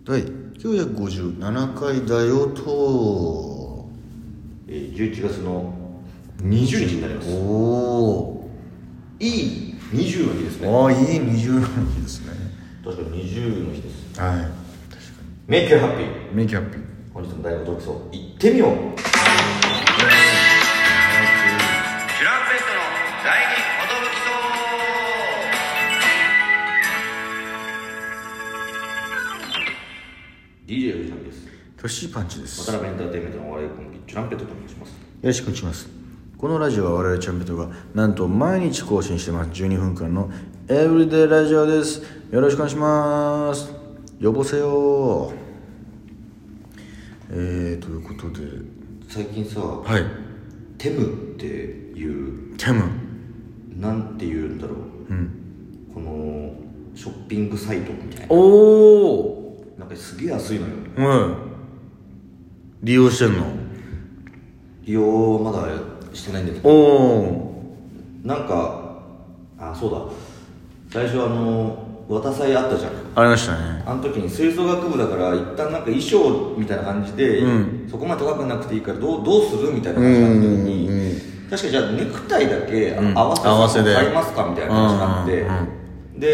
第957回だよと、 11月の20日になります。 おお、 いい20の日ですね。 ああ、いい20の日ですね。 確かに20の日です。 はい、確かに。 メイクハッピー。 メイキャッピー。 本日の大学トークソー行ってみよう。チュランペットの第二寿 DJ 藤波です。 トッシーパンチです。 渡辺エンターテインメントのお笑いコンビチュランペットと申します。 よろしくお願いします。このラジオは我々チャンペットがなんと毎日更新してます。12分間のエブリデイラジオです。よろしくお願いします。呼ぼせよ。ということで、 最近さ、 はい、 テムっていうテムなんて言うんだろう、このショッピングサイトみたいな、 おお、 なんかすげえ安いのよ。 利用してんの？ 利用まだしてないんだけど、 おなんかそうだ、最初渡祭あったじゃん。 ありましたね。 あの時に吹奏楽部だから一旦なんか衣装みたいな感じで、そこまで高くなくていいからどうするみたいな感じになった時に、確かじゃあネクタイだけ合わせて買いますかみたいな感じになって、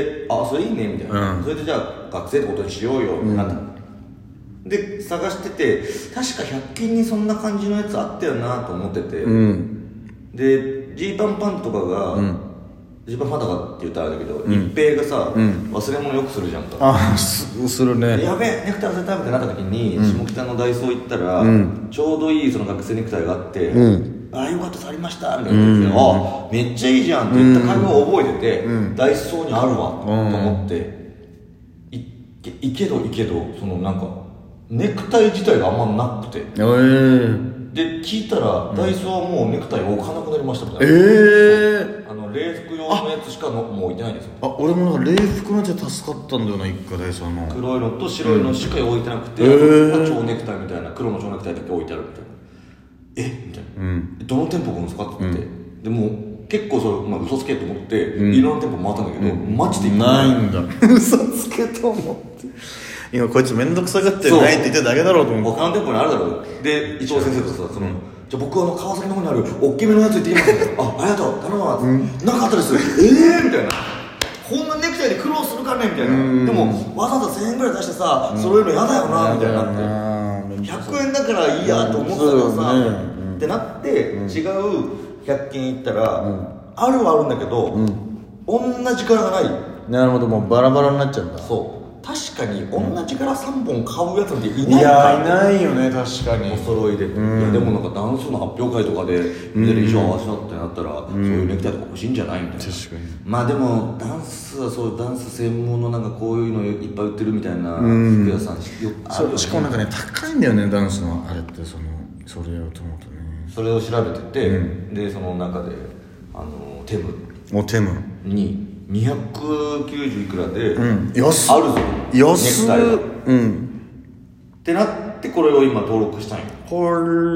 でそれいいねみたいな、それでじゃあ学生ってことにしようよってなった、で探してて、確か100均にそんな感じのやつあったよなと思ってて、でジーパンパンツとかが、ジーパンパンとかって言ったらあれだけど、一平がさ、忘れ物よくするじゃんか。 するね。 やべえネクタイ忘れたみたいになった時に、下北のダイソー行ったら、ちょうどいいその学生ネクタイがあって、あよかったありましたみたいな言って、めっちゃいいじゃんって言った会話を覚えてて、ダイソーにあるわと思って、いけどそのなんかネクタイ自体があんまなくて、で聞いたら、ダイソーはもうネクタイ置かなくなりましたみたいな。礼服用のやつしかもう置いてないんですよ。 俺もなんか礼服のやつで助かったんだよな、一回ダイソーの黒いのと白いのしか置いてなくて、蝶ネクタイみたいな、黒の蝶ネクタイだけ置いてあるみたいな。みたいな、どの店舗がですかって言って、でも結構それ、嘘つけと思って、いろんな店舗回ったんだけど、マジでないんだ。嘘つけと思って今こいつめんどくさがってないって言ってるだけだろうと思って、 他の店舗にあるだろう。で伊藤先生とさ、じゃあ僕川崎の方にある大きめのやつ行ってきますねありがとう頼むわ、なかったですみたいな、こんなネクタイで苦労するかねみたいな、でもわざわざ1000円ぐらい出してさ、揃えるの嫌だよなみたいになって、100円だからいいやと思ってたけどさ、ってなって、違う100均行ったら、あるはあるんだけど、同じ柄がない。 なるほど、もうバラバラになっちゃうんだ。 そう、確かに同じ柄3本買うやつなんていないか。 いや、いないよね、確かに。 お揃いで、いやでもなんかダンスの発表会とかでみんなで衣装合わせたってなったら、そういうネクタイとか欲しいんじゃないみたいな。 確かに。 まあでもダンスはそう、ダンス専門のなんかこういうのいっぱい売ってるみたいな服屋さんよくあるよね。 しかもなんかね、高いんだよね、ダンスのあれって。それをと思うとね、 それを調べてて、でその中でテムに290いくらで、 安っ、 あるぞ安っ、 ネクタイがってなって、これを今登録したんよ。こ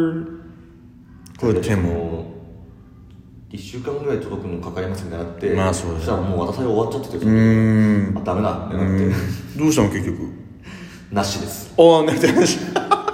れテム1週間ぐらい届くのかかりますみたいになって、 まあそうだよ。 そしたらもう渡され終わっちゃってて、ダメだってなって、 どうしたの結局？ なしです。 ネクタイなし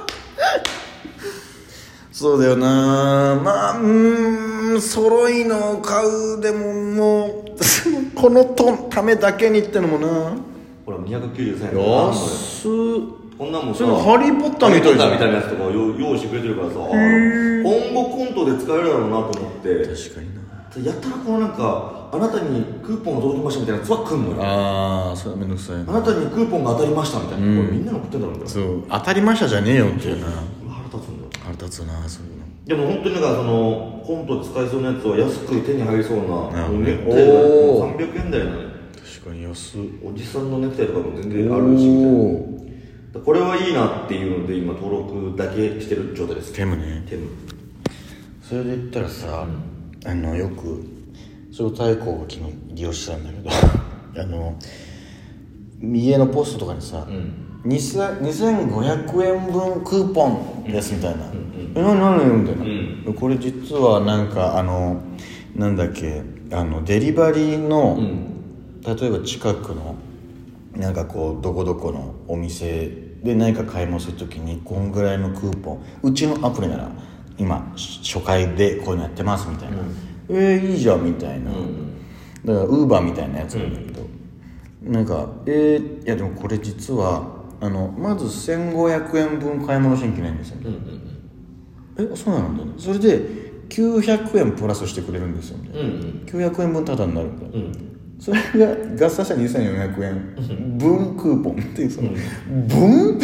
そうだよな。まあ揃いの買うでももうこのためだけにってのもな。 ほら293円安っ。 こんなんもさ、 ハリーポッターみたいなやつとか用意してくれてるからさ、今後コントで使えるだろうなと思って。 確かにな。 やったらこのなんか、あなたにクーポンが届きましたみたいなやつは来んのよ。 それはめんどくさい。 あなたにクーポンが当たりましたみたいな、これみんなの送ってんだろうみたいな。 そう、当たりましたじゃねえよっていうな。 腹立つんだよ。 腹立つな、そういうの。 でも本当になんかコントで使えそうなやつは安く手に入りそうなネクタイが300円台なのよ。 確かに安い。 おじさんのネクタイとかも全然あるしみたいな。これはいいなっていうので今登録だけしてる状態です。 テムね。それで言ったらさ、よくそれを太閤が昨日利用してたんだけど家のポストとかにさ、2500円分クーポンですみたいな、何みたいな、これ実はなんかなんだっけ、デリバリーの、例えば近くのなんかこうどこどこのお店で何か買い物するときにこんぐらいのクーポン、うちのアプリなら今初回でこういうのやってますみたいな、いいじゃんみたいな、だからウーバーみたいなやつなんだけど、なんかいやでもこれ実はまず1500円分買い物しなきゃいけないんですよ、そうなんだね。それで900円プラスしてくれるんですよみたいな、900円分タダになるんだ、それが合算したら2400円分クーポンっていう、その分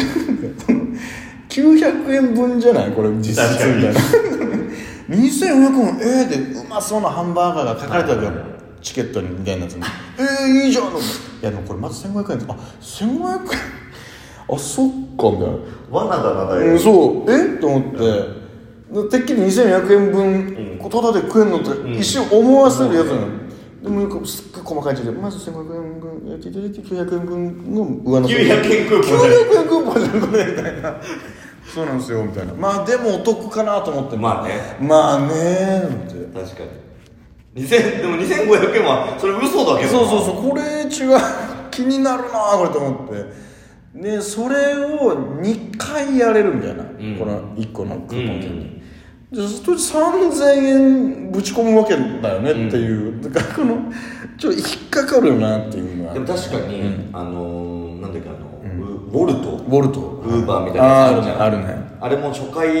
900円分じゃないこれ実質みたいな2400円でうまそうなハンバーガーが書かれてるわけよ、チケットにみたいなやつにいいじゃん。いやでもこれまず1500円あ1500円あそっかみたいな罠だなだよ、 そうと思っててっきり2400円分タダで食えんのって一瞬思わせるやつなの、でもすっごい細かい字でまず1500円分やっていただいて900円分の上乗せ 900円クーポンじゃない 900円クーポンじゃないみたいなそうなんですよみたいな、まあでもお得かなと思って、 まあねって確かにでも2500円はそれ嘘だけどな、 そうこれ違う気になるなこれと思ってでそれを2回やれるみたいな、この1個のクーポン券に、じゃあそして3000円ぶち込むわけだよねっていう、だからこのちょっと引っかかるよなっていうのは。 でも確かに、なんだっけウォルトウーバーみたいなやつあるじゃん、 あるね。 あれも初回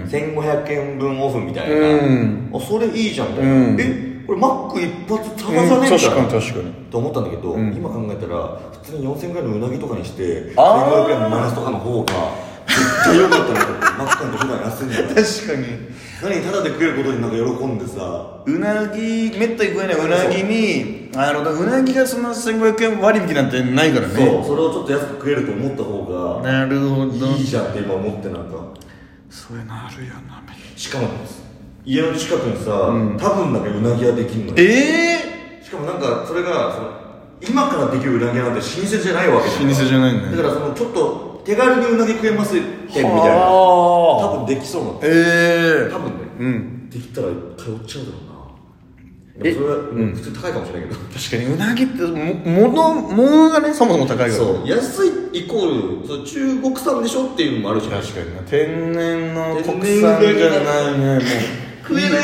1500円分オフみたいな、それいいじゃんみたいな、これマック一発タダじゃねえんだ、 確かにと思ったんだけど、今考えたら普通に4000円ぐらいのうなぎとかにして1500円のマイナスとかの方が絶対良かったなと思ってマックなんて普段安いんだから確かに何タダで食えることになんか喜んでさ、 うなぎめったに食えないうなぎにうなぎがそんな1500円割引なんてないからね。 それをちょっと安く食えると思った方がなるほどいいじゃんって今思って、なんかそれなるよな。 しかも家の近くにさ、多分だけうなぎ屋できんのよ。しかもなんかそれが今からできるうなぎなんて老舗じゃないわけじゃん。 老舗じゃないね。 だからちょっと手軽にうなぎ食えます店みたいな多分できそうなの。多分ね、できたら通っちゃうだろうな。でもそれは普通高いかもしれないけど、 確かにうなぎって物がねそもそも高いから、 そう安いイコール中国産でしょっていうのもあるじゃん。 確かに天然の国産じゃないね。もう食え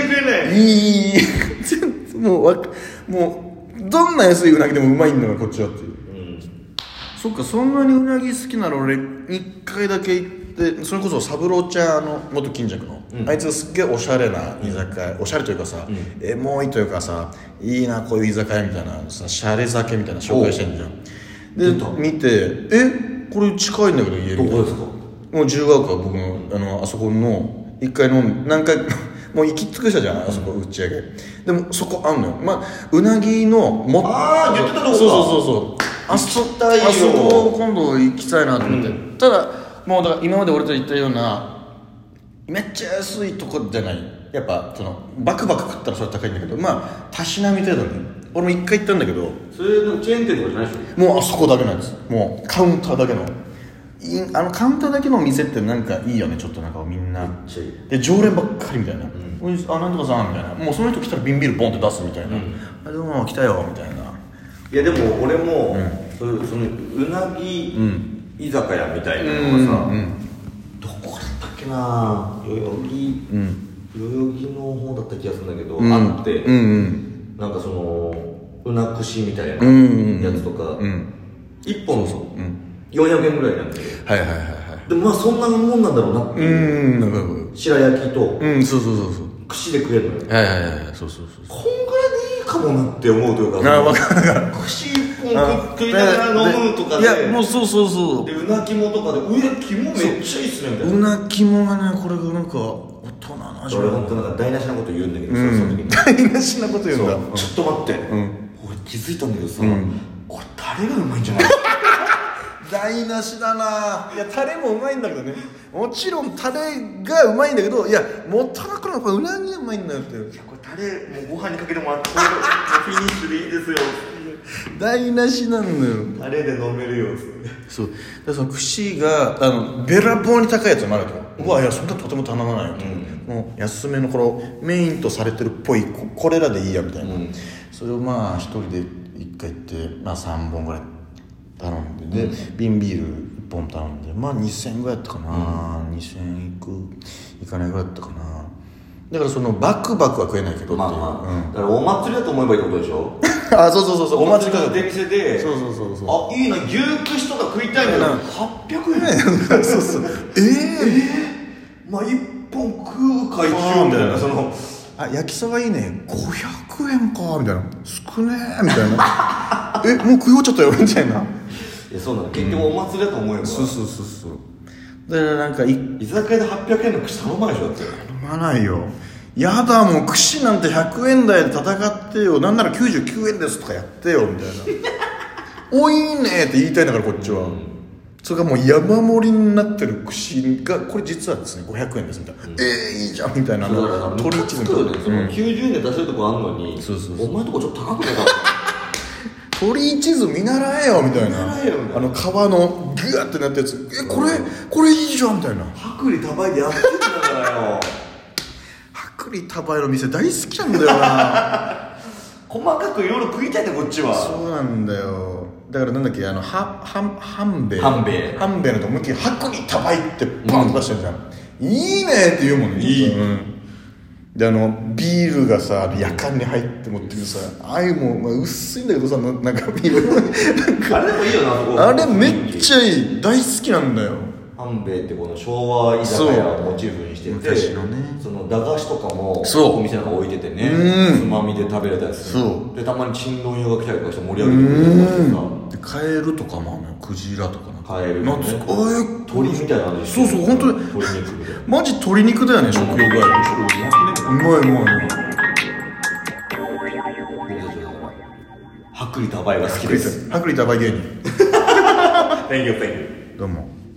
ないもうどんな安いうなぎでもうまいんだからこっちはっていう、そっか。そんなにうなぎ好きなら俺1回だけ行って、それこそ三郎茶元近所の、あいつすっげえおしゃれな居酒屋、おしゃれというかさ、エモいというかさ、いいなこういう居酒屋みたいなさ、シャレ酒みたいな紹介してんじゃん。で見てこれ近いんだけど家に。 どこですか？ もう自由が丘、僕のあそこの1回何回もう行き尽くしたじゃんあそこ打ち上げ、でもそこあんのよ、うなぎの言ってたとこか。 そうあそこ今度行きたいなと思って、ただもうだから今まで俺と言ったようなめっちゃ安いとこじゃない、やっぱバクバク食ったらそれ高いんだけど、たしなみ程度に俺も1回行ったんだけど、 それのチェーン店とかじゃないでしょ。 もうあそこだけなんです。もうカウンターだけのカウンターだけの店ってなんかいいよね、ちょっとなんかみんなで常連ばっかりみたいな、なんとかさんみたいな、もうその人来たら瓶ビールボンって出すみたいな、どうも来たよみたいな。 いやでも俺も、そのうなぎ居酒屋みたいなのがさ、どこだったっけな、代々木の方だった気がするんだけど、あって、なんかうな串みたいなやつとか、1本400円ぐらいなんだけど、でもそんなもんなんだろうなっていう、白焼きと串で食えるのよ。こんぐらいでいいかもなって思うというか、串1本食いながら飲むとかで、いやもうそうでうな肝とかで肝めっちゃいいっすねみたいな。 うな肝がねこれがなんか大人の味。 俺本当なんか台無しなこと言うんだけど、その時に台無しなこと言うんだ。 ちょっと待って、俺気づいたんだけどさ、これタレがうまいんじゃない台無しだな。いやタレもうまいんだけどね、もちろんタレがうまいんだけど、いやもっとなくのやっぱうなぎがうまいんだよって。 いやこれタレもうご飯にかけてもらってフィニッシュでいいですよ台無しなんだよ。 タレで飲めるよっつって。 そうだから串がべらぼうに高いやつもあると、いやそんなとても頼まないよと、もう安めのメインとされてるっぽいこれらでいいやみたいな、それを一人で1回行って3本ぐらい頼んで、で瓶ビール1本頼んで、まあ2000円ぐらいだったかな、2000円いかないぐらいだったかな。だからそのバクバクは食えないけどっていう、 だからお祭りだと思えばいいってことでしょあ、そうお祭りの出店で、 そうあ、いいな、牛串とか食いたいんだけど800円そうまあ1本食うか一応みたいな、そのあ、焼きそばいいね、500円かみたいな、少ねえみたいなもう食い終わっちゃったよみたいな。 いや、そうなの、結局お祭りだと思えば、 そうだからなんか居酒屋で800円の串頼まないでしょ。だって頼まないよ。やだもう、串なんて100円台で戦ってよ、なんなら99円ですとかやってよみたいなおいいねって言いたいんだからこっちは、それがもう山盛りになってる串が、これ実はですね500円ですみたいな、いいじゃんみたいな、 鳥一途ね、その90円で出せるとこあんのに、お前のとこちょっと高くねえか鳥地図見習えよみたいな、皮のグワってなったやつ、これいいじゃんみたいな、 薄利多売でやってんだからよ薄利多売の店大好きなんだよな細かくいろいろ食いたいんだこっちは。 そうなんだよ。だからなんだっけ、半兵衛のと思いっきり薄利多売ってバンと出してるじゃん、いいねって言うもんね。いい、でビールがさ、やかんに入って持ってくるさ、ああいうもん、まあ、薄いんだけどさ、なんかビールあれでもいいよな、そこ。 あれめっちゃいい、大好きなんだよ。 半兵衛ってこの昭和居酒屋をモチーフにしてて、 昔のね、 その駄菓子とかもお店なんか置いててね、つまみで食べれたりする。でたまに珍丼屋が来たりとかして盛り上げてくれるさ、カエルとかもクジラとかカエルね、鳥みたいな味。 そう本当に鶏肉みたいな、 マジ鶏肉だよね、食用ガエル。うまい薄利多売が好きです。 薄利多売芸人 Thank you どうも。